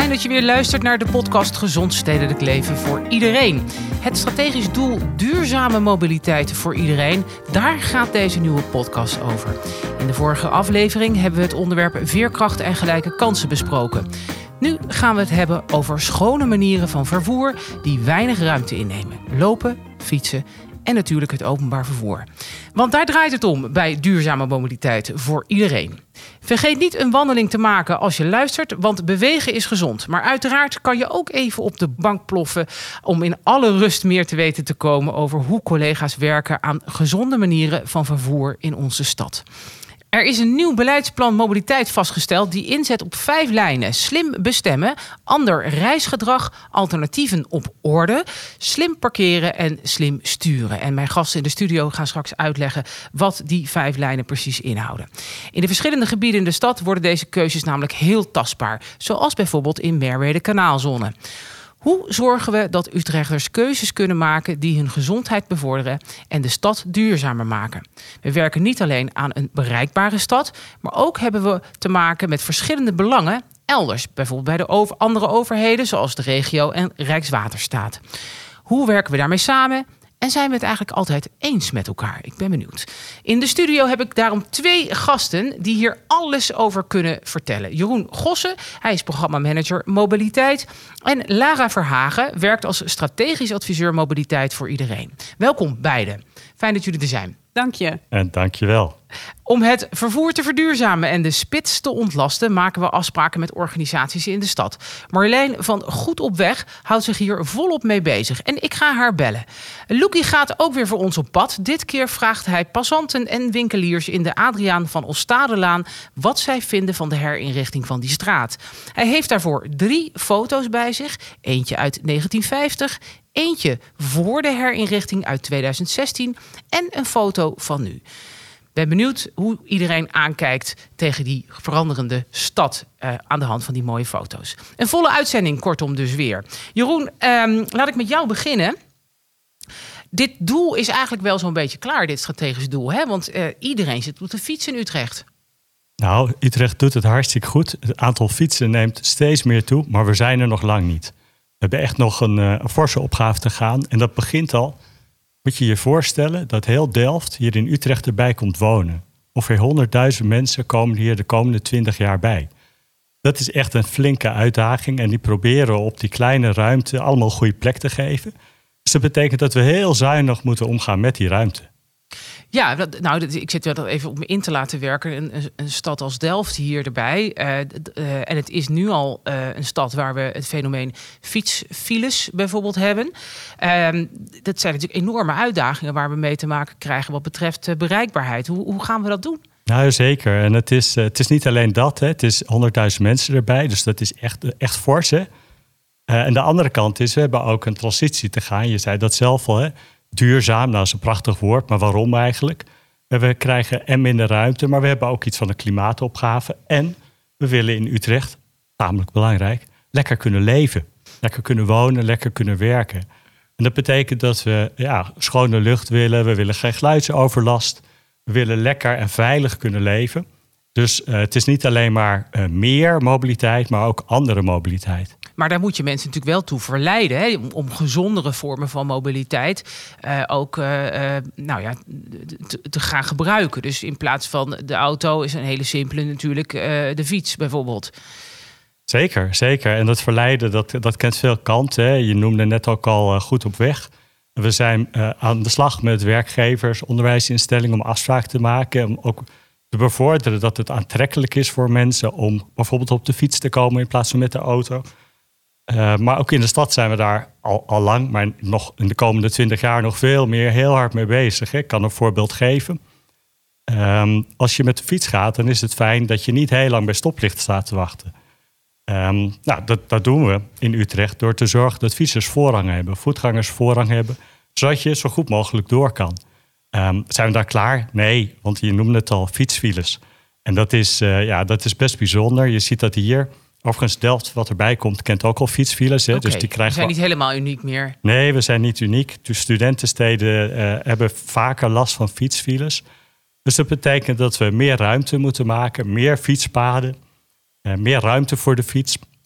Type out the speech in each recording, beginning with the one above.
dat je weer luistert naar de podcast Gezond Stedelijk Leven voor Iedereen. Het strategisch doel duurzame mobiliteit voor iedereen, daar gaat deze nieuwe podcast over. In de vorige aflevering hebben we het onderwerp veerkracht en gelijke kansen besproken. Nu gaan we het hebben over schone manieren van vervoer die weinig ruimte innemen. Lopen, fietsen en natuurlijk het openbaar vervoer. Want daar draait het om bij duurzame mobiliteit voor iedereen. Vergeet niet een wandeling te maken als je luistert, want bewegen is gezond. Maar uiteraard kan je ook even op de bank ploffen om in alle rust meer te weten te komen over hoe collega's werken aan gezonde manieren van vervoer in onze stad. Er is een nieuw beleidsplan mobiliteit vastgesteld die inzet op 5 lijnen. Slim bestemmen, ander reisgedrag, alternatieven op orde, slim parkeren en slim sturen. En mijn gasten in de studio gaan straks uitleggen wat die 5 lijnen precies inhouden. In de verschillende gebieden in de stad worden deze keuzes namelijk heel tastbaar. Zoals bijvoorbeeld in Merwede Kanaalzone. Hoe zorgen we dat Utrechters keuzes kunnen maken die hun gezondheid bevorderen en de stad duurzamer maken? We werken niet alleen aan een bereikbare stad, maar ook hebben we te maken met verschillende belangen elders. Bijvoorbeeld bij de andere overheden zoals de regio en Rijkswaterstaat. Hoe werken we daarmee samen? En zijn we het eigenlijk altijd eens met elkaar? Ik ben benieuwd. In de studio heb ik daarom 2 gasten die hier alles over kunnen vertellen. Jeroen Gossen, hij is programmamanager mobiliteit. En Lara Verhagen werkt als strategisch adviseur mobiliteit voor iedereen. Welkom beiden. Fijn dat jullie er zijn. Dank je. En dank je wel. Om het vervoer te verduurzamen en de spits te ontlasten maken we afspraken met organisaties in de stad. Marjolein van Goed op Weg houdt zich hier volop mee bezig en ik ga haar bellen. Loekie gaat ook weer voor ons op pad. Dit keer vraagt hij passanten en winkeliers in de Adriaan van Ostadelaan wat zij vinden van de herinrichting van die straat. Hij heeft daarvoor 3 foto's bij zich. Eentje uit 1950, eentje voor de herinrichting uit 2016 en een foto van nu. Ben benieuwd hoe iedereen aankijkt tegen die veranderende stad aan de hand van die mooie foto's. Een volle uitzending, kortom dus weer. Jeroen, laat ik met jou beginnen. Dit doel is eigenlijk wel zo'n beetje klaar, dit strategisch doel. Hè? Want iedereen zit op de fiets in Utrecht. Nou, Utrecht doet het hartstikke goed. Het aantal fietsen neemt steeds meer toe, maar we zijn er nog lang niet. We hebben echt nog een forse opgave te gaan. En dat begint al. Moet je je voorstellen dat heel Delft hier in Utrecht erbij komt wonen. Ongeveer 100.000 mensen komen hier de komende 20 jaar bij. Dat is echt een flinke uitdaging. En die proberen op die kleine ruimte allemaal een goede plek te geven. Dus dat betekent dat we heel zuinig moeten omgaan met die ruimte. Ja, ik zit wel even op me in te laten werken. Een stad als Delft hier erbij. En het is nu al een stad waar we het fenomeen fietsfiles bijvoorbeeld hebben. Dat zijn natuurlijk enorme uitdagingen waar we mee te maken krijgen wat betreft bereikbaarheid. Hoe gaan we dat doen? Nou, zeker. En het is niet alleen dat. Hè. Het is 100.000 mensen erbij. Dus dat is echt fors. Hè. En de andere kant is, we hebben ook een transitie te gaan. Je zei dat zelf al, hè. Duurzaam, nou is een prachtig woord, maar waarom eigenlijk? We krijgen en minder ruimte, maar we hebben ook iets van een klimaatopgave. En we willen in Utrecht, tamelijk belangrijk, lekker kunnen leven. Lekker kunnen wonen, lekker kunnen werken. En dat betekent dat we schone lucht willen. We willen geen geluidsoverlast. We willen lekker en veilig kunnen leven. Dus het is niet alleen maar meer mobiliteit, maar ook andere mobiliteit. Maar daar moet je mensen natuurlijk wel toe verleiden. Hè? Om gezondere vormen van mobiliteit te gaan gebruiken. Dus in plaats van de auto is een hele simpele natuurlijk de fiets bijvoorbeeld. Zeker. En dat verleiden, dat kent veel kanten. Hè? Je noemde net ook al Goed op Weg. We zijn aan de slag met werkgevers, onderwijsinstellingen om afspraken te maken. Om ook te bevorderen dat het aantrekkelijk is voor mensen om bijvoorbeeld op de fiets te komen in plaats van met de auto. Maar ook in de stad zijn we daar al lang, maar nog in de komende 20 jaar nog veel meer heel hard mee bezig. Ik kan een voorbeeld geven. Als je met de fiets gaat, dan is het fijn dat je niet heel lang bij stoplichten staat te wachten. Dat doen we in Utrecht door te zorgen dat fietsers voorrang hebben, voetgangers voorrang hebben, zodat je zo goed mogelijk door kan. Zijn we daar klaar? Nee, want je noemde het al, fietsfiles. En dat is best bijzonder. Je ziet dat hier. Overigens, Delft, wat erbij komt, kent ook al fietsfiles. Hè? Okay, dus die krijgen we zijn niet helemaal uniek meer. Nee, we zijn niet uniek. De studentensteden hebben vaker last van fietsfiles. Dus dat betekent dat we meer ruimte moeten maken, meer fietspaden, meer ruimte voor de fiets.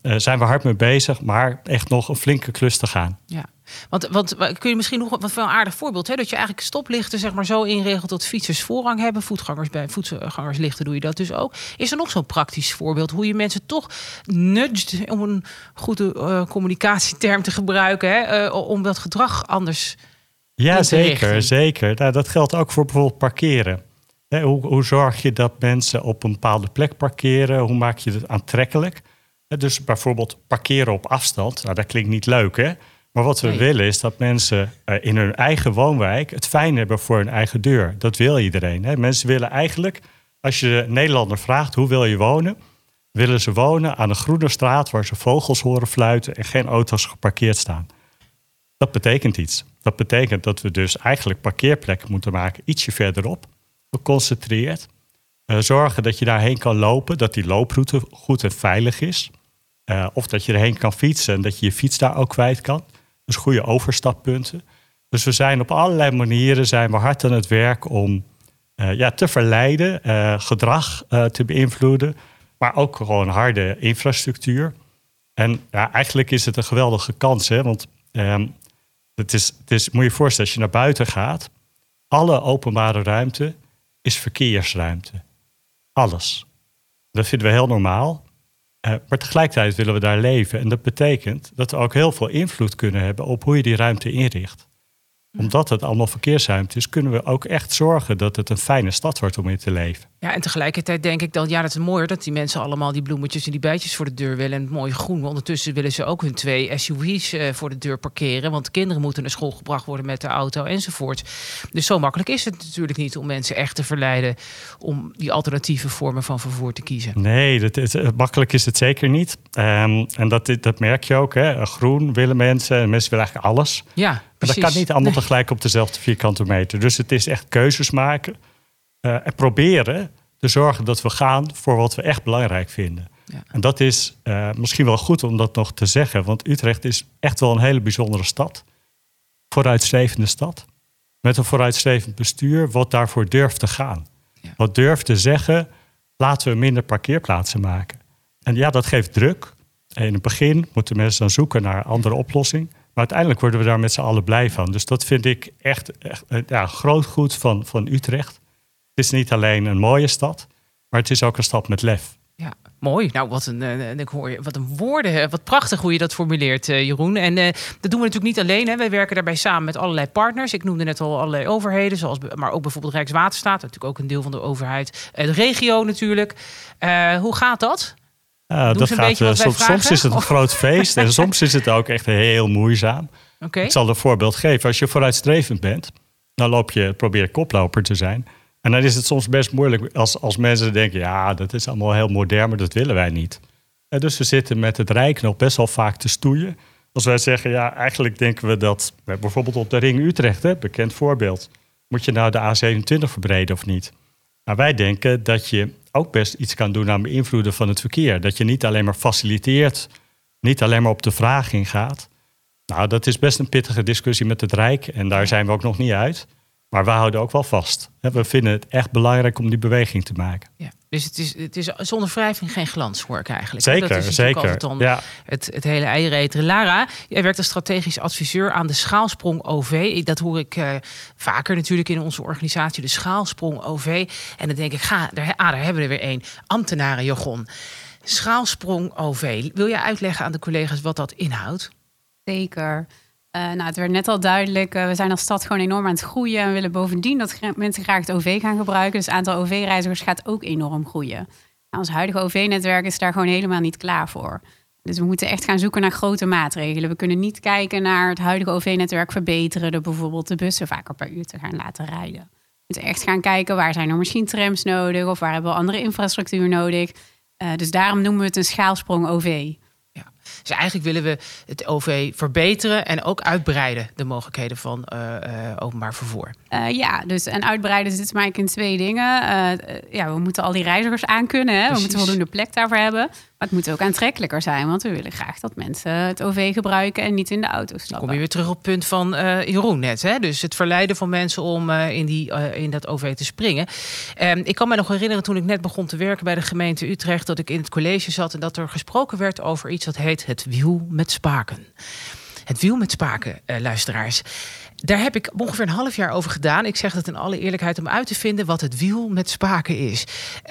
zijn we hard mee bezig, maar echt nog een flinke klus te gaan. Ja. Want kun je misschien nog wat wel een aardig voorbeeld, hè? Dat je eigenlijk stoplichten zeg maar zo inregelt dat fietsers voorrang hebben, voetgangerslichten doe je dat dus ook. Is er nog zo'n praktisch voorbeeld hoe je mensen toch nudgt, om een goede communicatieterm te gebruiken, hè? Om dat gedrag anders Ja, in te richten? zeker. Nou, dat geldt ook voor bijvoorbeeld parkeren. Hoe zorg je dat mensen op een bepaalde plek parkeren? Hoe maak je het aantrekkelijk? Dus bijvoorbeeld parkeren op afstand. Nou, dat klinkt niet leuk, hè? Maar wat we willen is dat mensen in hun eigen woonwijk het fijn hebben voor hun eigen deur. Dat wil iedereen. Hè? Mensen willen eigenlijk, als je de Nederlander vraagt hoe wil je wonen, willen ze wonen aan een groene straat waar ze vogels horen fluiten en geen auto's geparkeerd staan. Dat betekent iets. Dat betekent dat we dus eigenlijk parkeerplekken moeten maken ietsje verderop, geconcentreerd. Zorgen dat je daarheen kan lopen, dat die looproute goed en veilig is. Of dat je erheen kan fietsen en dat je je fiets daar ook kwijt kan. Dus goede overstappunten. Dus we zijn op allerlei manieren hard aan het werk om te verleiden, gedrag te beïnvloeden, maar ook gewoon harde infrastructuur. En eigenlijk is het een geweldige kans, hè? Want het is, moet je je voorstellen, als je naar buiten gaat, alle openbare ruimte is verkeersruimte. Alles. Dat vinden we heel normaal. Maar tegelijkertijd willen we daar leven. En dat betekent dat we ook heel veel invloed kunnen hebben op hoe je die ruimte inricht. Omdat het allemaal verkeersruimte is, kunnen we ook echt zorgen dat het een fijne stad wordt om in te leven. Ja, en tegelijkertijd denk ik dan, dat is mooier dat die mensen allemaal die bloemetjes en die bijtjes voor de deur willen en het mooie groen. Maar ondertussen willen ze ook hun 2 SUV's voor de deur parkeren, want de kinderen moeten naar school gebracht worden met de auto enzovoort. Dus zo makkelijk is het natuurlijk niet om mensen echt te verleiden om die alternatieve vormen van vervoer te kiezen. Nee, makkelijk is het zeker niet. En dat merk je ook. Hè. Groen willen mensen en mensen willen eigenlijk alles. Ja. Maar dat kan niet allemaal tegelijk op dezelfde vierkante meter. Dus het is echt keuzes maken. En proberen te zorgen dat we gaan voor wat we echt belangrijk vinden. Ja. En dat is misschien wel goed om dat nog te zeggen. Want Utrecht is echt wel een hele bijzondere stad. Vooruitstrevende stad. Met een vooruitstrevend bestuur wat daarvoor durft te gaan. Ja. Wat durft te zeggen, laten we minder parkeerplaatsen maken. En dat geeft druk. En in het begin moeten mensen dan zoeken naar een andere oplossing. Maar uiteindelijk worden we daar met z'n allen blij van. Dus dat vind ik echt groot goed van Utrecht. Het is niet alleen een mooie stad, maar het is ook een stad met lef. Ja, mooi. Nou, wat een woorden. Wat prachtig hoe je dat formuleert, Jeroen. En dat doen we natuurlijk niet alleen. Hè. Wij werken daarbij samen met allerlei partners. Ik noemde net al allerlei overheden, maar ook bijvoorbeeld Rijkswaterstaat. Natuurlijk ook een deel van de overheid. De regio natuurlijk. Hoe gaat dat? Dat gaat, soms is het een groot feest en soms is het ook echt heel moeizaam. Okay. Ik zal een voorbeeld geven. Als je vooruitstrevend bent, dan probeer je koploper te zijn. En dan is het soms best moeilijk als mensen denken, dat is allemaal heel modern, maar dat willen wij niet. En dus we zitten met het Rijk nog best wel vaak te stoeien. Als wij zeggen, eigenlijk denken we dat, bijvoorbeeld op de Ring Utrecht, bekend voorbeeld, moet je nou de A27 verbreden of niet? Maar wij denken dat je ook best iets kan doen aan beïnvloeden van het verkeer. Dat je niet alleen maar faciliteert, niet alleen maar op de vraag ingaat. Nou, dat is best een pittige discussie met het Rijk en daar zijn we ook nog niet uit. Maar we houden ook wel vast. We vinden het echt belangrijk om die beweging te maken. Ja, dus het is zonder wrijving geen glanswerk eigenlijk. Zeker, dat is zeker. Dan het hele eieren. Lara, jij werkt als strategisch adviseur aan de Schaalsprong OV. Dat hoor ik vaker natuurlijk in onze organisatie, de Schaalsprong OV. En dan denk ik, daar hebben we er weer één. Ambtenarenjargon. Schaalsprong OV. Wil jij uitleggen aan de collega's wat dat inhoudt? Zeker. Het werd net al duidelijk, we zijn als stad gewoon enorm aan het groeien. En we willen bovendien dat mensen graag het OV gaan gebruiken. Dus het aantal OV-reizigers gaat ook enorm groeien. Ons huidige OV-netwerk is daar gewoon helemaal niet klaar voor. Dus we moeten echt gaan zoeken naar grote maatregelen. We kunnen niet kijken naar het huidige OV-netwerk verbeteren, door bijvoorbeeld de bussen vaker per uur te gaan laten rijden. We moeten echt gaan kijken, waar zijn er misschien trams nodig of waar hebben we andere infrastructuur nodig. Dus daarom noemen we het een schaalsprong OV. Ja. Dus eigenlijk willen we het OV verbeteren en ook uitbreiden, de mogelijkheden van openbaar vervoer. Dus en uitbreiden zit maar in 2 dingen. We moeten al die reizigers aankunnen. Hè? We moeten voldoende plek daarvoor hebben. Maar het moet ook aantrekkelijker zijn, want we willen graag dat mensen het OV gebruiken en niet in de auto stappen. Dan kom je weer terug op het punt van Jeroen net. Hè? Dus het verleiden van mensen om in dat OV te springen. Ik kan me nog herinneren toen ik net begon te werken bij de gemeente Utrecht, dat ik in het college zat en dat er gesproken werd over iets dat heet het wiel met spaken. Het wiel met spaken, luisteraars. Daar heb ik ongeveer een half jaar over gedaan. Ik zeg dat in alle eerlijkheid om uit te vinden wat het wiel met spaken is.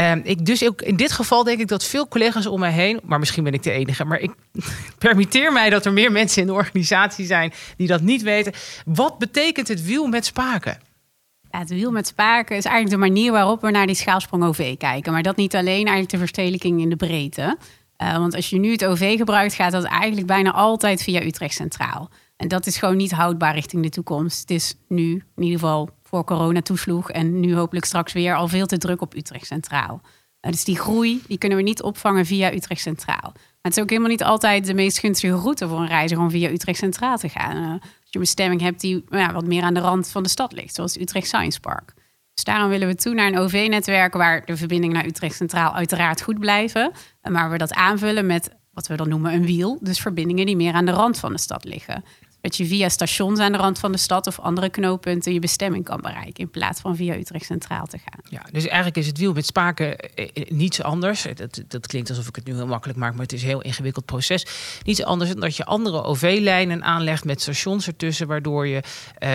Dus ook in dit geval denk ik dat veel collega's om mij heen, maar misschien ben ik de enige, maar ik permitteer mij dat er meer mensen in de organisatie zijn die dat niet weten. Wat betekent het wiel met spaken? Ja, het wiel met spaken is eigenlijk de manier waarop we naar die schaalsprong OV kijken. Maar dat niet alleen eigenlijk de verstedelijking in de breedte. Want als je nu het OV gebruikt, gaat dat eigenlijk bijna altijd via Utrecht Centraal. En dat is gewoon niet houdbaar richting de toekomst. Het is nu, in ieder geval voor corona toesloeg en nu hopelijk straks weer al veel te druk op Utrecht Centraal. Dus die groei, die kunnen we niet opvangen via Utrecht Centraal. Maar het is ook helemaal niet altijd de meest gunstige route voor een reiziger om via Utrecht Centraal te gaan. Als je een bestemming hebt die wat meer aan de rand van de stad ligt, zoals Utrecht Science Park. Dus daarom willen we toe naar een OV-netwerk waar de verbindingen naar Utrecht Centraal uiteraard goed blijven. Maar we dat aanvullen met wat we dan noemen een wiel. Dus verbindingen die meer aan de rand van de stad liggen. Dat je via stations aan de rand van de stad of andere knooppunten je bestemming kan bereiken, in plaats van via Utrecht Centraal te gaan. Ja, dus eigenlijk is het wiel met spaken niets anders. Dat klinkt alsof ik het nu heel makkelijk maak, maar het is een heel ingewikkeld proces. Niets anders dan dat je andere OV-lijnen aanlegt met stations ertussen, waardoor je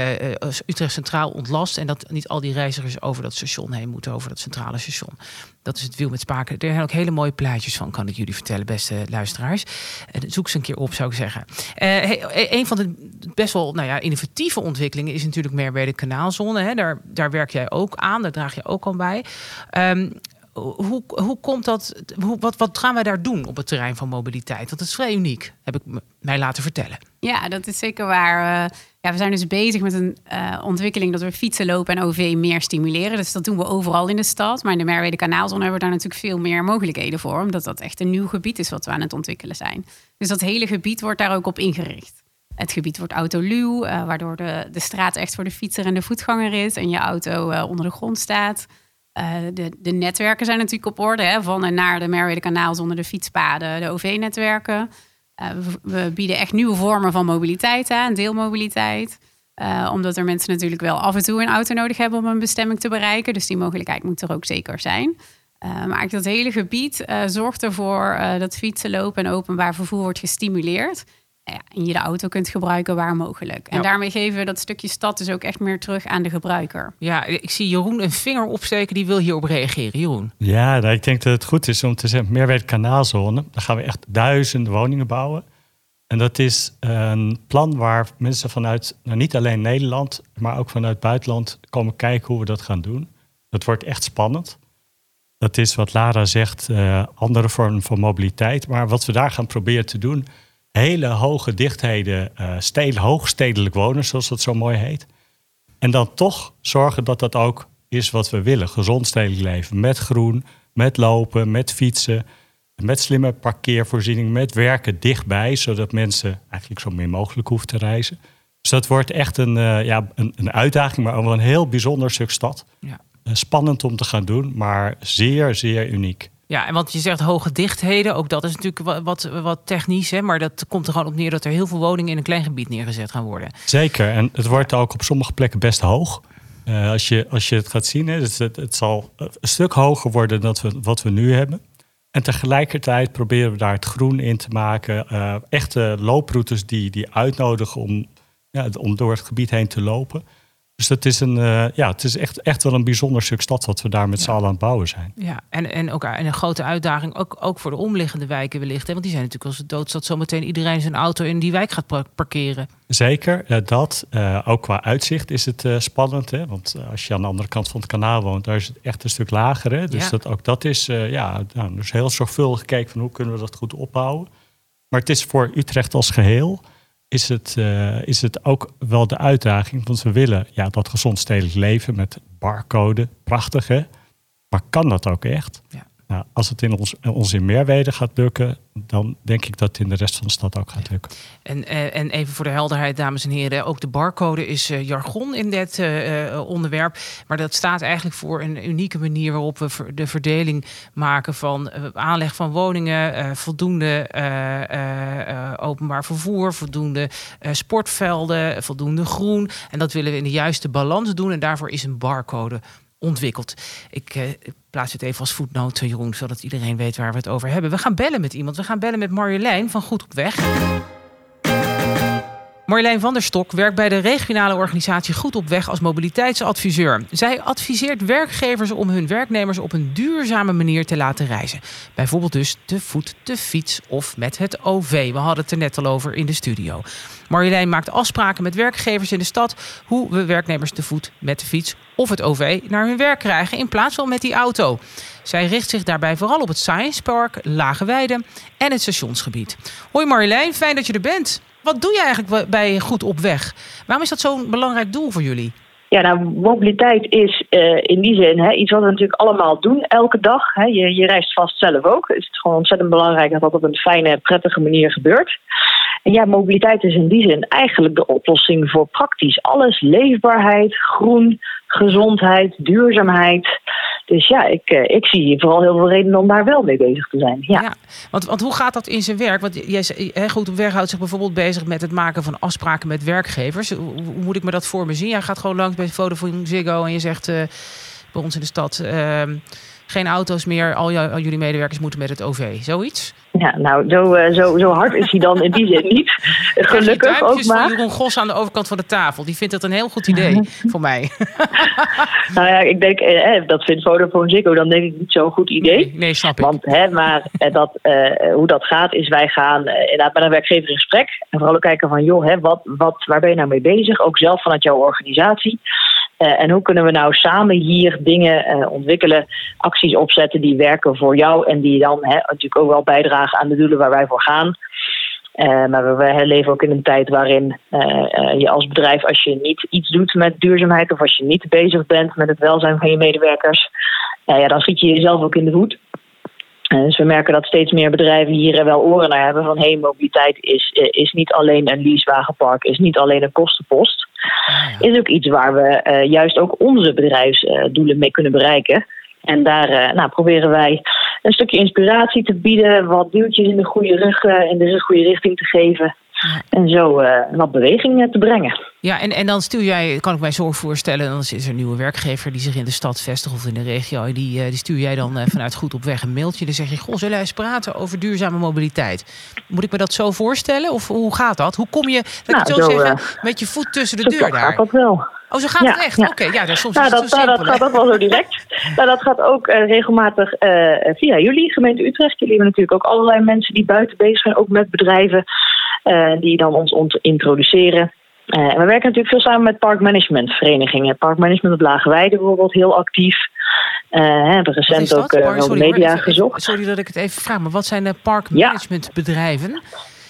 Utrecht Centraal ontlast en dat niet al die reizigers over dat station heen moeten, over dat centrale station. Dat is het wiel met spaken. Er zijn ook hele mooie plaatjes van, kan ik jullie vertellen, beste luisteraars. Zoek ze een keer op, zou ik zeggen. Een van de best wel innovatieve ontwikkelingen is natuurlijk Merwede Kanaalzone. Hè? Daar werk jij ook aan, daar draag je ook al bij. Hoe komt dat? Wat gaan wij daar doen op het terrein van mobiliteit? Want het is vrij uniek, heb ik mij laten vertellen. Ja, dat is zeker waar. We zijn dus bezig met een ontwikkeling dat we fietsen, lopen en OV meer stimuleren. Dus dat doen we overal in de stad. Maar in de Merwede Kanaalzone hebben we daar natuurlijk veel meer mogelijkheden voor. Omdat dat echt een nieuw gebied is wat we aan het ontwikkelen zijn. Dus dat hele gebied wordt daar ook op ingericht. Het gebied wordt autoluw, waardoor de straat echt voor de fietser en de voetganger is. En je auto onder de grond staat. De netwerken zijn natuurlijk op orde. Hè, van en naar de Merwede Kanaalzone, de fietspaden, de OV-netwerken. We bieden echt nieuwe vormen van mobiliteit aan, deelmobiliteit. Omdat er mensen natuurlijk wel af en toe een auto nodig hebben om een bestemming te bereiken. Dus die mogelijkheid moet er ook zeker zijn. Maar dat hele gebied zorgt ervoor dat fietsen, lopen en openbaar vervoer wordt gestimuleerd. En je de auto kunt gebruiken waar mogelijk. En daarmee geven we dat stukje stad dus ook echt meer terug aan de gebruiker. Ja, ik zie Jeroen een vinger opsteken, die wil hierop reageren. Jeroen? Ja, ik denk dat het goed is om te zeggen, Merwede Kanaalzone, daar gaan we echt 1000 woningen bouwen. En dat is een plan waar mensen vanuit, niet alleen Nederland, maar ook vanuit het buitenland komen kijken hoe we dat gaan doen. Dat wordt echt spannend. Dat is wat Lara zegt, andere vormen van mobiliteit. Maar wat we daar gaan proberen te doen, hele hoge dichtheden, hoogstedelijk wonen, zoals dat zo mooi heet. En dan toch zorgen dat dat ook is wat we willen. Gezond stedelijk leven, met groen, met lopen, met fietsen, met slimme parkeervoorziening, met werken dichtbij, zodat mensen eigenlijk zo min mogelijk hoeven te reizen. Dus dat wordt echt een uitdaging, maar ook wel een heel bijzonder stuk stad. Ja. Spannend om te gaan doen, maar zeer, zeer uniek. Ja, en want je zegt hoge dichtheden, ook dat is natuurlijk wat technisch, hè, maar dat komt er gewoon op neer dat er heel veel woningen in een klein gebied neergezet gaan worden. Zeker, en het wordt ook op sommige plekken best hoog. Als je het gaat zien, hè, het zal een stuk hoger worden dan wat we nu hebben. En tegelijkertijd proberen we daar het groen in te maken. Echte looproutes die uitnodigen om door het gebied heen te lopen. Dus het is het is echt wel een bijzonder stuk stad wat we daar met z'n allen aan het bouwen zijn. Ja, en ook een grote uitdaging, ook voor de omliggende wijken wellicht. Hè? Want die zijn natuurlijk als het doodstad zometeen iedereen zijn auto in die wijk gaat parkeren. Zeker, dat. Ook qua uitzicht is het spannend. Hè? Want als je aan de andere kant van het kanaal woont, daar is het echt een stuk lager. Hè? Dus dat is dus heel zorgvuldig gekeken van hoe kunnen we dat goed opbouwen. Maar het is voor Utrecht als geheel is het ook wel de uitdaging. Want we willen dat gezond stedelijk leven met barcode. Prachtig, hè? Maar kan dat ook echt? Ja. Nou, als het ons in Merwede gaat lukken, dan denk ik dat het in de rest van de stad ook gaat lukken. En even voor de helderheid, dames en heren, ook de barcode is jargon in dit onderwerp. Maar dat staat eigenlijk voor een unieke manier waarop we de verdeling maken van aanleg van woningen, voldoende openbaar vervoer, voldoende sportvelden, voldoende groen. En dat willen we in de juiste balans doen en daarvoor is een barcode ontwikkeld. Ik plaats het even als voetnoot, Jeroen, zodat iedereen weet waar we het over hebben. We gaan bellen met iemand. We gaan bellen met Marjolein van Goed op Weg. Marjolein van der Stok werkt bij de regionale organisatie Goed op Weg als mobiliteitsadviseur. Zij adviseert werkgevers om hun werknemers op een duurzame manier te laten reizen. Bijvoorbeeld dus te voet, te fiets of met het OV. We hadden het er net al over in de studio. Marjolein maakt afspraken met werkgevers in de stad hoe we werknemers te voet, met de fiets of het OV naar hun werk krijgen in plaats van met die auto. Zij richt zich daarbij vooral op het Science Park, Lage Weide en het stationsgebied. Hoi Marjolein, fijn dat je er bent. Wat doe je eigenlijk bij Goed op Weg? Waarom is dat zo'n belangrijk doel voor jullie? Ja, nou, mobiliteit is in die zin iets wat we natuurlijk allemaal doen elke dag. Je reist vast zelf ook. Dus het is gewoon ontzettend belangrijk dat dat op een fijne, prettige manier gebeurt. En ja, mobiliteit is in die zin eigenlijk de oplossing voor praktisch alles. Leefbaarheid, groen, gezondheid, duurzaamheid. Dus ja, ik zie hier vooral heel veel redenen om daar wel mee bezig te zijn. Ja. Want hoe gaat dat in zijn werk? Want jij Goed op Weg houdt zich bijvoorbeeld bezig met het maken van afspraken met werkgevers. Hoe moet ik me dat voor me zien? Jij gaat gewoon langs bij Vodafone Ziggo en je zegt bij ons in de stad geen auto's meer. Al jullie medewerkers moeten met het OV. Zoiets? Ja, nou, zo hard is hij dan in die zin niet. Gelukkig ook maar. Van Jeroen Gos aan de overkant van de tafel. Die vindt het een heel goed idee voor mij. Nou ja, ik denk, dat vindt Vodafone Ziggo dan denk ik niet zo'n goed idee. Nee, snap ik. Want, hoe dat gaat is, wij gaan inderdaad met een werkgever in gesprek. En vooral ook kijken van, joh, waar ben je nou mee bezig? Ook zelf vanuit jouw organisatie. En hoe kunnen we nou samen hier dingen ontwikkelen, acties opzetten die werken voor jou en die dan natuurlijk ook wel bijdragen aan de doelen waar wij voor gaan. Maar we leven ook in een tijd waarin je als bedrijf, als je niet iets doet met duurzaamheid of als je niet bezig bent met het welzijn van je medewerkers, dan schiet je jezelf ook in de voet. Dus we merken dat steeds meer bedrijven hier wel oren naar hebben van mobiliteit is niet alleen een leasewagenpark, is niet alleen een kostenpost. Is ook iets waar we juist ook onze bedrijfsdoelen mee kunnen bereiken. En daar proberen wij een stukje inspiratie te bieden, wat duwtjes in de goede richting te geven. En zo wat beweging te brengen. Ja, en dan stuur jij, kan ik mij zo voorstellen, dan is er een nieuwe werkgever die zich in de stad vestigt of in de regio. Die stuur jij dan vanuit Goed op Weg een mailtje. Dan zeg je, zullen wij eens praten over duurzame mobiliteit? Moet ik me dat zo voorstellen? Of hoe gaat dat? Hoe kom je, zeggen, met je voet tussen de deur daar? Gaat dat wel. Oh, zo gaat het echt? Ja. Oké, ja, soms is het zo simpel. Dat gaat ook wel zo direct. Dat gaat ook regelmatig via jullie, gemeente Utrecht. Jullie hebben natuurlijk ook allerlei mensen die buiten bezig zijn, ook met bedrijven die dan ons introduceren. En we werken natuurlijk veel samen met parkmanagementverenigingen. Parkmanagement op Lage Weide bijvoorbeeld heel actief. Hebben recent ook wel de media gezocht. Sorry dat ik het even vraag, maar wat zijn de parkmanagementbedrijven?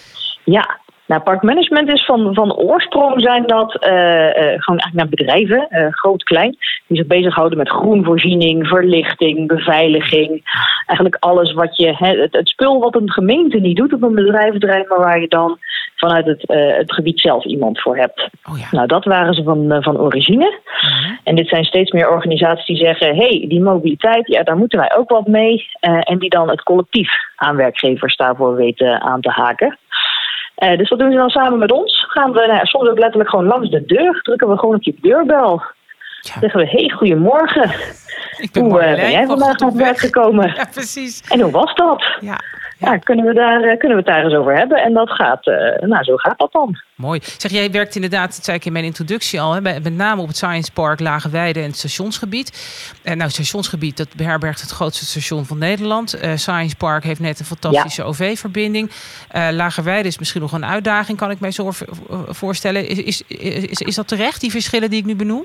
Ja. Nou, parkmanagement is van oorsprong zijn dat gewoon eigenlijk naar bedrijven, groot, klein, die zich bezighouden met groenvoorziening, verlichting, beveiliging. Eigenlijk alles wat het spul wat een gemeente niet doet op een bedrijventerrein, maar waar je dan vanuit het gebied zelf iemand voor hebt. Oh ja. Nou, dat waren ze van origine. En dit zijn steeds meer organisaties die zeggen, die mobiliteit, daar moeten wij ook wat mee. En die dan het collectief aan werkgevers daarvoor weten aan te haken. Dus dat doen ze dan samen met ons. Gaan we soms ook letterlijk gewoon langs de deur. Drukken we gewoon op je deurbel. Ja. Zeggen we, goedemorgen. Hoe ben jij vandaag naar het werk gekomen? Ja, precies. En hoe was dat? Ja, kunnen we het daar eens over hebben? En dat gaat, zo gaat dat dan. Mooi. Zeg, jij werkt inderdaad, dat zei ik in mijn introductie al, met name op het Science Park, Lage Weide en het stationsgebied. Het stationsgebied, dat beherbergt het grootste station van Nederland. Science Park heeft net een fantastische OV-verbinding. Lage Weide is misschien nog een uitdaging, kan ik mij zo voorstellen. Is dat terecht, die verschillen die ik nu benoem?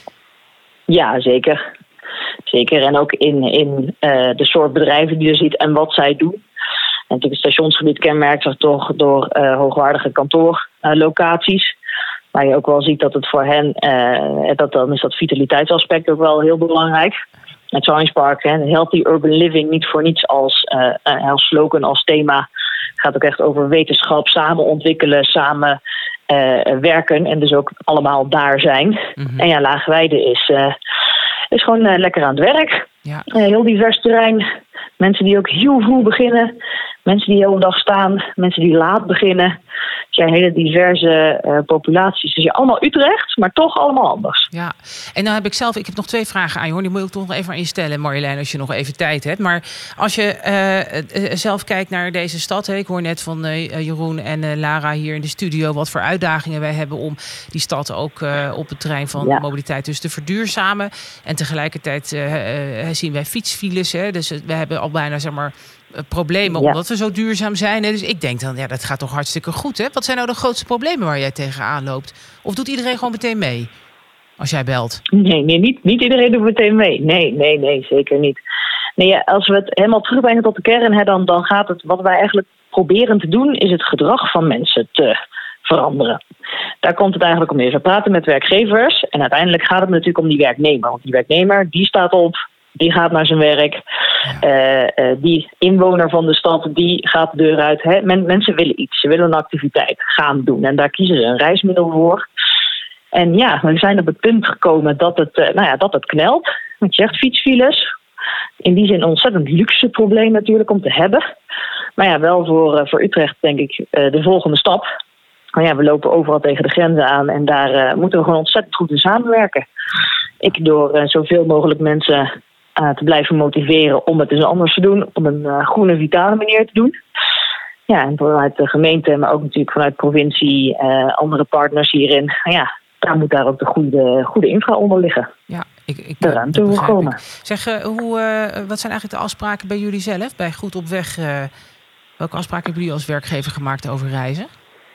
Ja, zeker. Zeker. En ook in de soort bedrijven die je ziet en wat zij doen. En natuurlijk het stationsgebied kenmerkt zich toch door hoogwaardige kantoorlocaties. Waar je ook wel ziet dat het voor hen, dan is dat vitaliteitsaspect ook wel heel belangrijk. Het Science Park, Healthy Urban Living, niet voor niets als slogan, als thema. Het gaat ook echt over wetenschap, samen ontwikkelen, samen werken en dus ook allemaal daar zijn. Mm-hmm. En Laagweide is gewoon lekker aan het werk. Ja. Heel divers terrein. Mensen die ook heel vroeg beginnen. Mensen die de hele dag staan. Mensen die laat beginnen. Hele diverse populaties. Dus allemaal Utrecht, maar toch allemaal anders. Ja, en dan heb ik nog 2 vragen aan je, hoor. Die moet ik toch nog even aan je stellen, Marjolein, als je nog even tijd hebt. Maar als je zelf kijkt naar deze stad. Ik hoor net van Jeroen en Lara hier in de studio wat voor uitdagingen wij hebben om die stad ook op het terrein van mobiliteit dus te verduurzamen. En tegelijkertijd zien wij fietsfiles. Dus we hebben al bijna, problemen omdat we zo duurzaam zijn. Dus ik denk dan, dat gaat toch hartstikke goed. Hè? Wat zijn nou de grootste problemen waar jij tegenaan loopt? Of doet iedereen gewoon meteen mee als jij belt? Nee, niet iedereen doet meteen mee. Nee, zeker niet. Nee, als we het helemaal terugbrengen tot de kern, dan gaat het, wat wij eigenlijk proberen te doen, is het gedrag van mensen te veranderen. Daar komt het eigenlijk om neer. We praten met werkgevers en uiteindelijk gaat het natuurlijk om die werknemer. Want die werknemer, die staat op, die gaat naar zijn werk. Die inwoner van de stad, die gaat de deur uit. Mensen willen iets, ze willen een activiteit gaan doen. En daar kiezen ze een reismiddel voor. En we zijn op het punt gekomen dat het knelt. Want je zegt fietsfiles. In die zin een ontzettend luxe probleem natuurlijk om te hebben. Maar wel voor Utrecht denk ik de volgende stap. Maar we lopen overal tegen de grenzen aan. En daar moeten we gewoon ontzettend goed in samenwerken. Door zoveel mogelijk mensen te blijven motiveren om het dus anders te doen. Om een groene, vitale manier te doen. En vanuit de gemeente, maar ook natuurlijk vanuit provincie, andere partners hierin. Daar moet daar ook de goede infra onder liggen. Ja, ik de ruimte voor komen. Zeg, wat zijn eigenlijk de afspraken bij jullie zelf? Bij Goed op Weg, welke afspraken hebben jullie als werkgever gemaakt over reizen?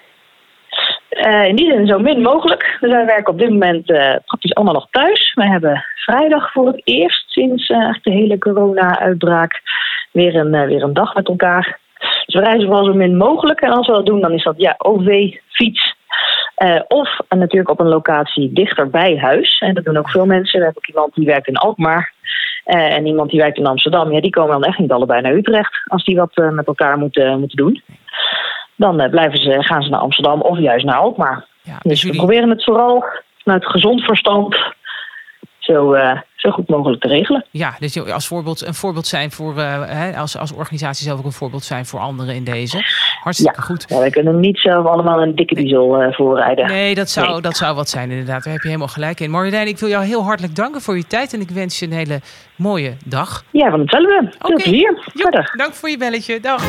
In die zin zo min mogelijk. Dus wij werken op dit moment praktisch allemaal nog thuis. We hebben vrijdag voor het eerst sinds de hele corona-uitbraak weer een dag met elkaar. Dus we reizen vooral zo min mogelijk. En als we dat doen, dan is dat OV, fiets. Of natuurlijk op een locatie dichter bij huis. En dat doen ook veel mensen. We hebben ook iemand die werkt in Alkmaar. En iemand die werkt in Amsterdam. Die komen dan echt niet allebei naar Utrecht. Als die wat met elkaar moeten doen. Dan gaan ze naar Amsterdam of juist naar Alkmaar. Ja, dus we proberen het vooral vanuit gezond verstand zo goed mogelijk te regelen. Ja, dus een voorbeeld zijn voor als organisatie zelf ook een voorbeeld zijn voor anderen in deze. Hartstikke goed. Ja, wij kunnen niet zelf allemaal een dikke diesel voorrijden. Nee, dat zou wat zijn inderdaad. Daar heb je helemaal gelijk in. Marjolein, ik wil jou heel hartelijk danken voor je tijd en ik wens je een hele mooie dag. Ja, van hetzelfde. Veel plezier. Verder. Dank voor je belletje. Dag.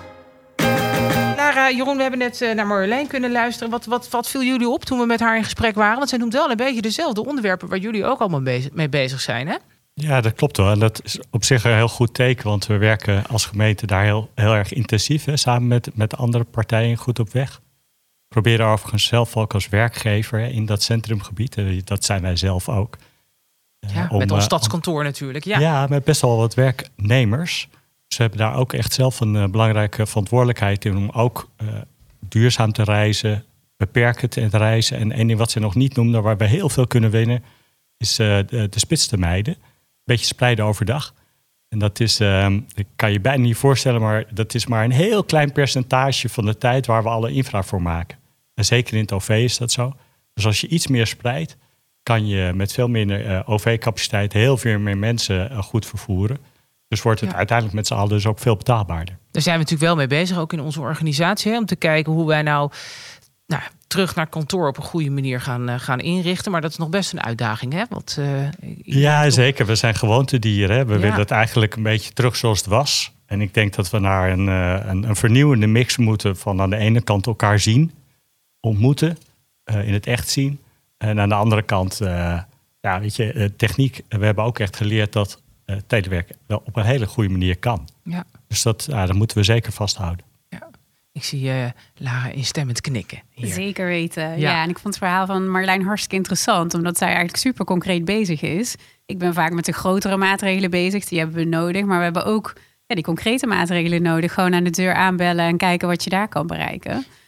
Lara, Jeroen, we hebben net naar Marjolein kunnen luisteren. Wat viel jullie op toen we met haar in gesprek waren? Want zij noemt wel een beetje dezelfde onderwerpen waar jullie ook allemaal mee bezig zijn, hè? Ja, dat klopt wel. En dat is op zich een heel goed teken, want we werken als gemeente daar heel erg intensief, samen met andere partijen Goed op Weg. We proberen overigens zelf ook als werkgever in dat centrumgebied, dat zijn wij zelf ook. Met ons stadskantoor natuurlijk. Ja, met best wel wat werknemers. Ze hebben daar ook echt zelf een belangrijke verantwoordelijkheid in om ook duurzaam te reizen, beperken te reizen. En één ding wat ze nog niet noemden, waar we heel veel kunnen winnen, is de spits te mijden. Een beetje spreiden overdag. En dat is, dat kan je bijna niet voorstellen, maar dat is maar een heel klein percentage van de tijd waar we alle infra voor maken. En zeker in het OV is dat zo. Dus als je iets meer spreidt, kan je met veel minder OV-capaciteit heel veel meer mensen goed vervoeren. Dus wordt het uiteindelijk met z'n allen dus ook veel betaalbaarder. Daar zijn we natuurlijk wel mee bezig, ook in onze organisatie. Om te kijken hoe wij nou terug naar kantoor op een goede manier gaan inrichten. Maar dat is nog best een uitdaging, hè? Zeker. We zijn gewoontedieren. Hè? We willen het eigenlijk een beetje terug zoals het was. En ik denk dat we naar een vernieuwende mix moeten van aan de ene kant elkaar zien, ontmoeten, in het echt zien. En aan de andere kant, techniek. We hebben ook echt geleerd dat telewerk wel op een hele goede manier kan. Ja. Dus dat moeten we zeker vasthouden. Ja. Ik zie Lara instemmend knikken hier. Zeker weten. Ja, en ik vond het verhaal van Marjolein hartstikke interessant, omdat zij eigenlijk super concreet bezig is. Ik ben vaak met de grotere maatregelen bezig, die hebben we nodig. Maar we hebben ook die concrete maatregelen nodig. Gewoon aan de deur aanbellen en kijken wat je daar kan bereiken.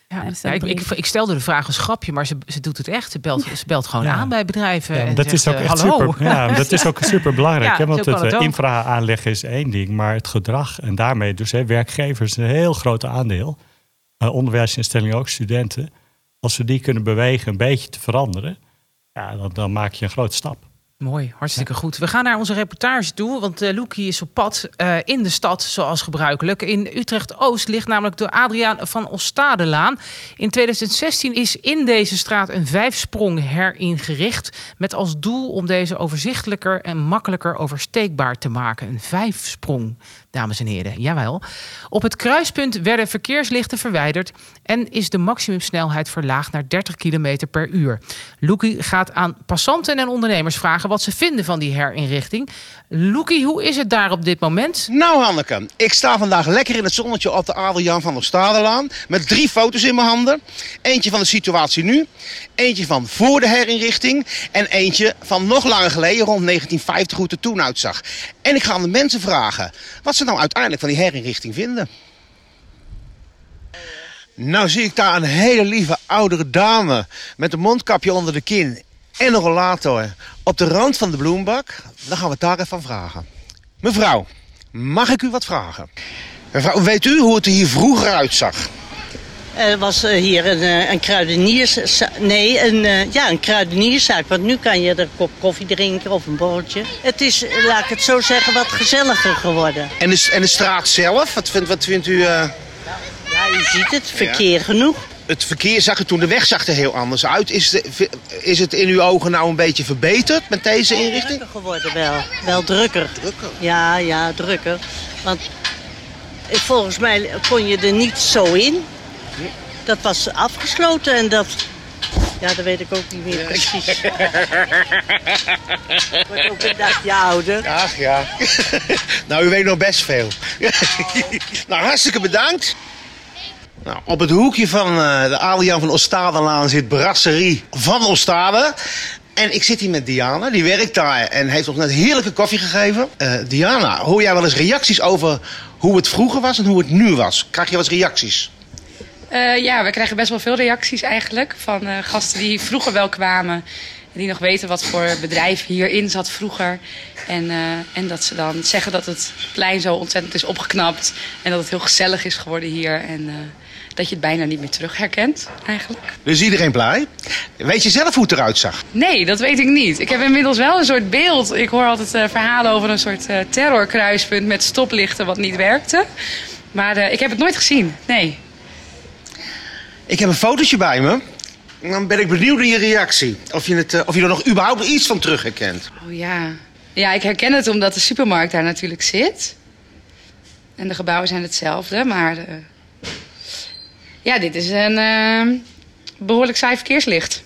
Ja. Dus Ja, ik stelde de vraag als grapje, maar ze doet het echt. Ze belt gewoon aan bij bedrijven. Ja, en dat is ook echt hallo. dat is ook super belangrijk. Ja, Want zo kan het het ook. infra aanleggen is één ding, maar het gedrag en daarmee dus werkgevers een heel groot aandeel. Onderwijsinstellingen ook, studenten. Als we die kunnen bewegen een beetje te veranderen, dan maak je een grote stap. Mooi, hartstikke goed. We gaan naar onze reportage toe, want Loekie is op pad in de stad, zoals gebruikelijk. In Utrecht-Oost ligt namelijk de Adriaan van Ostadelaan. In 2016 is in deze straat een 5-sprong heringericht, met als doel om deze overzichtelijker en makkelijker oversteekbaar te maken. Een 5-sprong, dames en heren. Jawel. Op het kruispunt werden verkeerslichten verwijderd en is de maximumsnelheid verlaagd naar 30 km per uur. Loekie gaat aan passanten en ondernemers vragen wat ze vinden van die herinrichting. Loekie, hoe is het daar op dit moment? Nou Hanneke, ik sta vandaag lekker in het zonnetje op de Adriaan van Ostadelaan met 3 foto's in mijn handen. Eentje van de situatie nu, eentje van voor de herinrichting en eentje van nog langer geleden, rond 1950, hoe het er toen uitzag. En ik ga aan de mensen vragen wat ze nou uiteindelijk van die herinrichting vinden. Nou zie ik daar een hele lieve oudere dame met een mondkapje onder de kin en een rollator op de rand van de bloembak. Dan gaan we het daar even van vragen. Mevrouw, mag ik u wat vragen? Mevrouw, weet u hoe het er hier vroeger uitzag? Er was hier een kruidenierszaak. Nee, een kruidenierszaak. Want nu kan je er een kop koffie drinken of een borreltje. Het is, laat ik het zo zeggen, wat gezelliger geworden. En de straat zelf? Wat vindt u... Ja, u ziet het, verkeer genoeg. Het verkeer zag er toen, de weg zag er heel anders uit. Is het in uw ogen nou een beetje verbeterd met deze inrichting? Drukker geworden wel. Wel drukker. Drukker? Ja, drukker. Want volgens mij kon je er niet zo in. Dat was afgesloten en dat... Ja, dat weet ik ook niet meer precies. Ik word ook een dagje ouder. Ach ja. Nou, u weet nog best veel. Nou, hartstikke bedankt. Nou, op het hoekje van de Adriaan van Ostadelaan zit Brasserie van Ostade. En ik zit hier met Diana, die werkt daar en heeft ons net heerlijke koffie gegeven. Diana, hoor jij wel eens reacties over hoe het vroeger was en hoe het nu was? Krijg je wel eens reacties? Ja, we krijgen best wel veel reacties eigenlijk van gasten die vroeger wel kwamen. En die nog weten wat voor bedrijf hierin zat vroeger. En dat ze dan zeggen dat het plein zo ontzettend is opgeknapt. En dat het heel gezellig is geworden hier. En dat je het bijna niet meer terug herkent eigenlijk. Dus iedereen blij? Weet je zelf hoe het eruit zag? Nee, dat weet ik niet. Ik heb inmiddels wel een soort beeld. Ik hoor altijd verhalen over een soort terrorkruispunt met stoplichten wat niet werkte. Maar ik heb het nooit gezien, nee. Ik heb een fotootje bij me. Dan ben ik benieuwd naar je reactie. Of je er nog überhaupt iets van terug herkent. Oh ja. Ja, ik herken het omdat de supermarkt daar natuurlijk zit. En de gebouwen zijn hetzelfde, maar... Ja, dit is een behoorlijk saai verkeerslicht.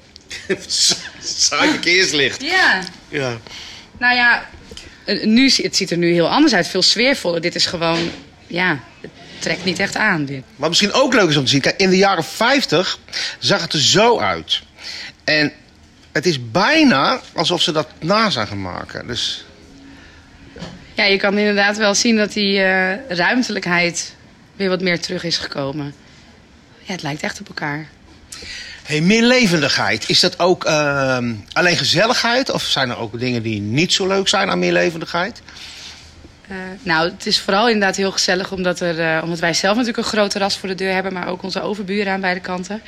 Saai verkeerslicht. Ja. Nou ja, het ziet er nu heel anders uit. Veel sfeervoller. Dit is gewoon... Ja, het trekt niet echt aan, dit. Wat misschien ook leuk is om te zien. Kijk, in de jaren 50 zag het er zo uit. En het is bijna alsof ze dat na zijn gaan maken. Dus... Ja, je kan inderdaad wel zien dat die ruimtelijkheid weer wat meer terug is gekomen. Ja, het lijkt echt op elkaar. Hey, meer levendigheid. Is dat ook alleen gezelligheid? Of zijn er ook dingen die niet zo leuk zijn aan meer levendigheid? Nou, het is vooral inderdaad heel gezellig omdat wij zelf natuurlijk een groot terras voor de deur hebben, maar ook onze overburen aan beide kanten.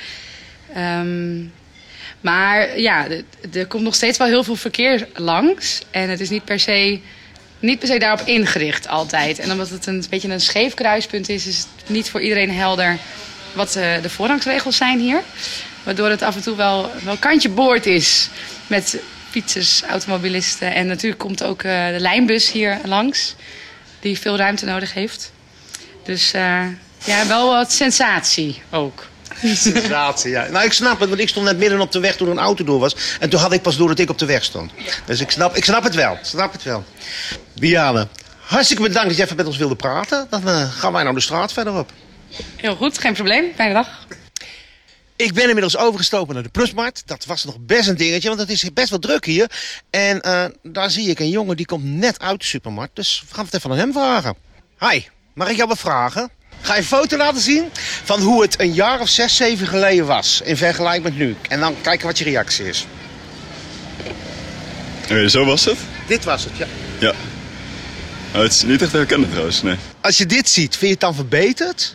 Maar ja, er komt nog steeds wel heel veel verkeer langs. En het is niet per se daarop ingericht altijd. En omdat het een beetje een scheef kruispunt is het niet voor iedereen helder wat de voorrangsregels zijn hier. Waardoor het af en toe wel kantje boord is met fietsers, automobilisten. En natuurlijk komt ook de lijnbus hier langs, die veel ruimte nodig heeft. Dus ja, wel wat sensatie ook. Sensatie, ja. Nou, ik snap het, want ik stond net midden op de weg toen er een auto door was. En toen had ik pas door dat ik op de weg stond. Dus ik snap het wel. Diane, hartstikke bedankt dat je even met ons wilde praten. Dan gaan wij nou de straat verder op. Heel goed, geen probleem. Fijne dag. Ik ben inmiddels overgestoken naar de Plusmarkt. Dat was nog best een dingetje, want het is best wel druk hier. En daar zie ik een jongen die komt net uit de supermarkt. Dus we gaan het even aan hem vragen. Hi, mag ik jou wat vragen? Ga je een foto laten zien van hoe het een jaar of 6, 7 geleden was. In vergelijking met nu. En dan kijken wat je reactie is. Zo was het? Dit was het, ja. Ja. Oh, het is niet echt herkend trouwens, nee. Als je dit ziet, vind je het dan verbeterd?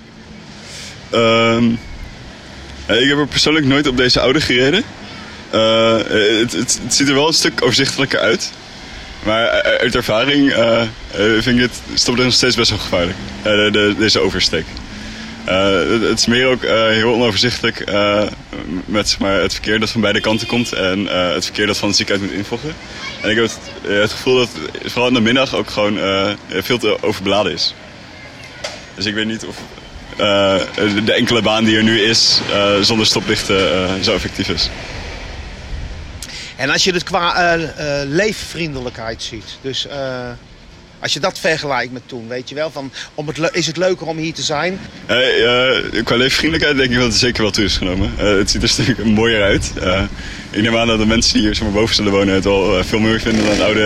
Ik heb er persoonlijk nooit op deze oude gereden. Het ziet er wel een stuk overzichtelijker uit. Maar uit ervaring vind ik het stoplicht nog steeds best wel gevaarlijk. Deze oversteek. Het is meer ook heel onoverzichtelijk met zeg maar, het verkeer dat van beide kanten komt. En het verkeer dat van het ziekenhuis moet involgen. En ik heb het gevoel dat het vooral in de middag ook gewoon veel te overbeladen is. Dus ik weet niet of de enkele baan die er nu is zonder stoplichten zo effectief is. En als je het qua leefvriendelijkheid ziet, dus als je dat vergelijkt met toen, weet je wel, van is het leuker om hier te zijn? Qua leefvriendelijkheid denk ik dat het zeker wel toe is genomen. Het ziet er een stuk mooier uit. Ik neem aan dat de mensen die hier zeg maar, boven zullen wonen het wel veel mooier vinden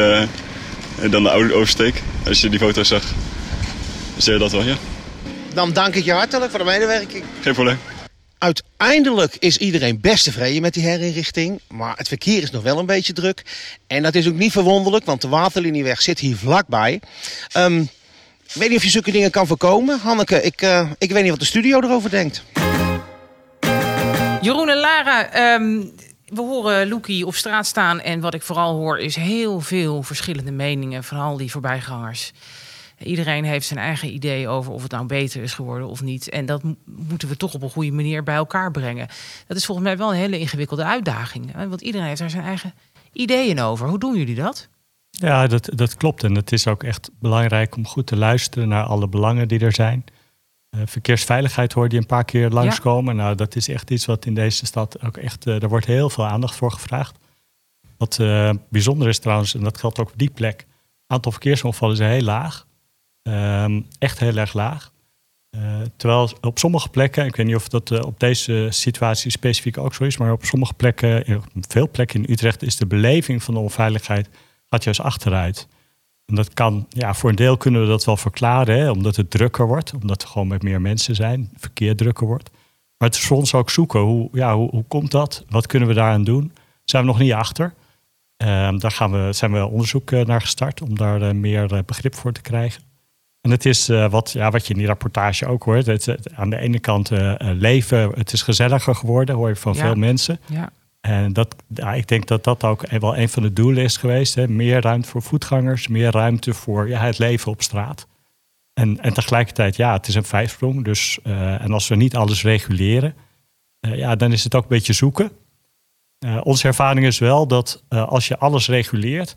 dan de oude oversteek. Als je die foto zag, zie je dat wel, ja. Dan dank ik je hartelijk voor de medewerking. Geen probleem. Uiteindelijk is iedereen best tevreden met die herinrichting. Maar het verkeer is nog wel een beetje druk. En dat is ook niet verwonderlijk, want de waterlinieweg zit hier vlakbij. Ik weet niet of je zulke dingen kan voorkomen. Hanneke, ik weet niet wat de studio erover denkt. Jeroen en Lara, we horen Loekie op straat staan. En wat ik vooral hoor is heel veel verschillende meningen van al die voorbijgangers. Iedereen heeft zijn eigen idee over of het nou beter is geworden of niet. En dat moeten we toch op een goede manier bij elkaar brengen. Dat is volgens mij wel een hele ingewikkelde uitdaging. Want iedereen heeft daar zijn eigen ideeën over. Hoe doen jullie dat? Ja, dat klopt. En het is ook echt belangrijk om goed te luisteren naar alle belangen die er zijn. Verkeersveiligheid hoorde je een paar keer langskomen. Ja. Nou, dat is echt iets wat in deze stad ook echt... daar wordt heel veel aandacht voor gevraagd. Wat bijzonder is trouwens, en dat geldt ook op die plek... het aantal verkeersongevallen is heel laag. Echt heel erg laag. Terwijl op sommige plekken, ik weet niet of dat op deze situatie specifiek ook zo is, maar op sommige plekken, op veel plekken in Utrecht, is de beleving van de onveiligheid gaat juist achteruit. En dat kan, voor een deel kunnen we dat wel verklaren, hè, omdat het drukker wordt, omdat er gewoon met meer mensen zijn, het verkeer drukker wordt. Maar het is voor ons ook zoeken, hoe komt dat? Wat kunnen we daaraan doen? Daar zijn we nog niet achter. Daar zijn we onderzoek naar gestart om daar meer begrip voor te krijgen. En het is wat je in die rapportage ook hoort. Aan de ene kant leven, het is gezelliger geworden, hoor je van veel mensen. Ja. En ik denk dat dat ook wel een van de doelen is geweest. Hè. Meer ruimte voor voetgangers, meer ruimte voor het leven op straat. En tegelijkertijd, het is een vijfsprong. Dus, en als we niet alles reguleren, dan is het ook een beetje zoeken. Onze ervaring is wel dat als je alles reguleert,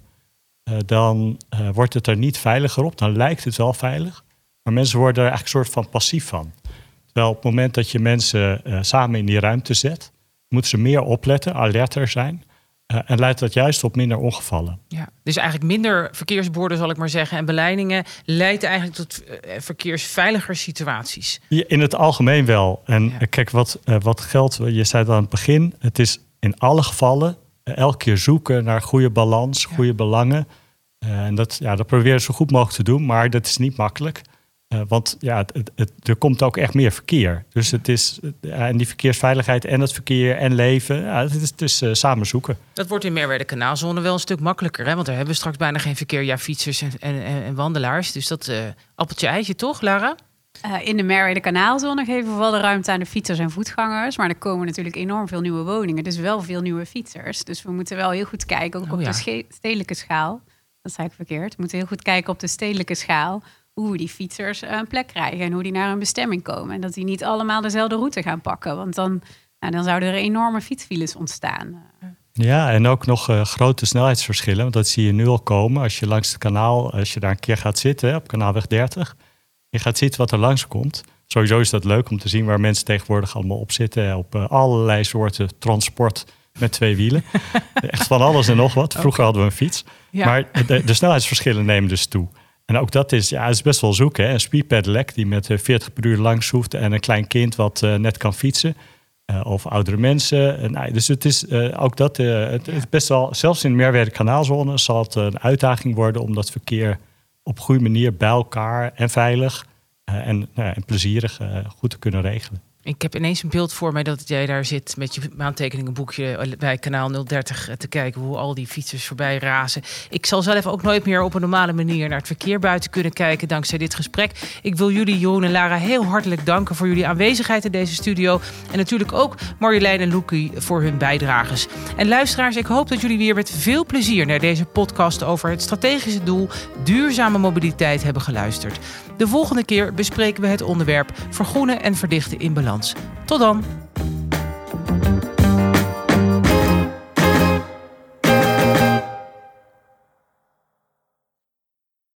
dan wordt het er niet veiliger op. Dan lijkt het wel veilig. Maar mensen worden er eigenlijk een soort van passief van. Terwijl op het moment dat je mensen samen in die ruimte zet, moeten ze meer opletten, alerter zijn. En leidt dat juist op minder ongevallen. Ja, dus eigenlijk minder verkeersborden, zal ik maar zeggen, en beleidingen leidt eigenlijk tot verkeersveiliger situaties. Ja, in het algemeen wel. En kijk, wat geldt, je zei het aan het begin, het is in alle gevallen elke keer zoeken naar goede balans, goede belangen. En dat proberen we zo goed mogelijk te doen, maar dat is niet makkelijk. Want er komt ook echt meer verkeer. Dus het is en die verkeersveiligheid en het verkeer en leven, het is samen zoeken. Dat wordt in Merwede Kanaalzone wel een stuk makkelijker, hè? Want daar hebben we straks bijna geen verkeer. Ja, fietsers en wandelaars. Dus dat appeltje eitje, toch, Lara? In de Merwede Kanaalzone geven we wel de ruimte aan de fietsers en voetgangers. Maar er komen natuurlijk enorm veel nieuwe woningen. Dus wel veel nieuwe fietsers. Dus we moeten wel heel goed kijken, ook op de stedelijke schaal. Dat zei ik verkeerd. We moeten heel goed kijken op de stedelijke schaal hoe die fietsers een plek krijgen en hoe die naar een bestemming komen. En dat die niet allemaal dezelfde route gaan pakken. Want dan zouden er enorme fietsfiles ontstaan. Ja, en ook nog grote snelheidsverschillen. Want dat zie je nu al komen. Als je langs het kanaal, als je daar een keer gaat zitten, op Kanaalweg 30... je gaat zien wat er langskomt. Sowieso is dat leuk om te zien waar mensen tegenwoordig allemaal op zitten. Op allerlei soorten transport met 2 wielen. Echt van alles en nog wat. Vroeger hadden we een fiets. Ja. Maar de snelheidsverschillen nemen dus toe. En ook dat is best wel zoeken. Hè? Een speedpedelec die met 40 per uur langs hoeft en een klein kind wat net kan fietsen. Of oudere mensen. Dus het is ook dat. Het is best wel, zelfs in de Merwede Kanaalzone zal het een uitdaging worden om dat verkeer op goede manier bij elkaar en veilig en plezierig goed te kunnen regelen. Ik heb ineens een beeld voor mij dat jij daar zit met je aantekeningenboekje bij kanaal 030 te kijken hoe al die fietsers voorbij razen. Ik zal zelf ook nooit meer op een normale manier naar het verkeer buiten kunnen kijken dankzij dit gesprek. Ik wil jullie, Jeroen en Lara, heel hartelijk danken voor jullie aanwezigheid in deze studio. En natuurlijk ook Marjolein en Loekie voor hun bijdrages. En luisteraars, ik hoop dat jullie weer met veel plezier naar deze podcast over het strategische doel duurzame mobiliteit hebben geluisterd. De volgende keer bespreken we het onderwerp vergroenen en verdichten in balans. Tot dan!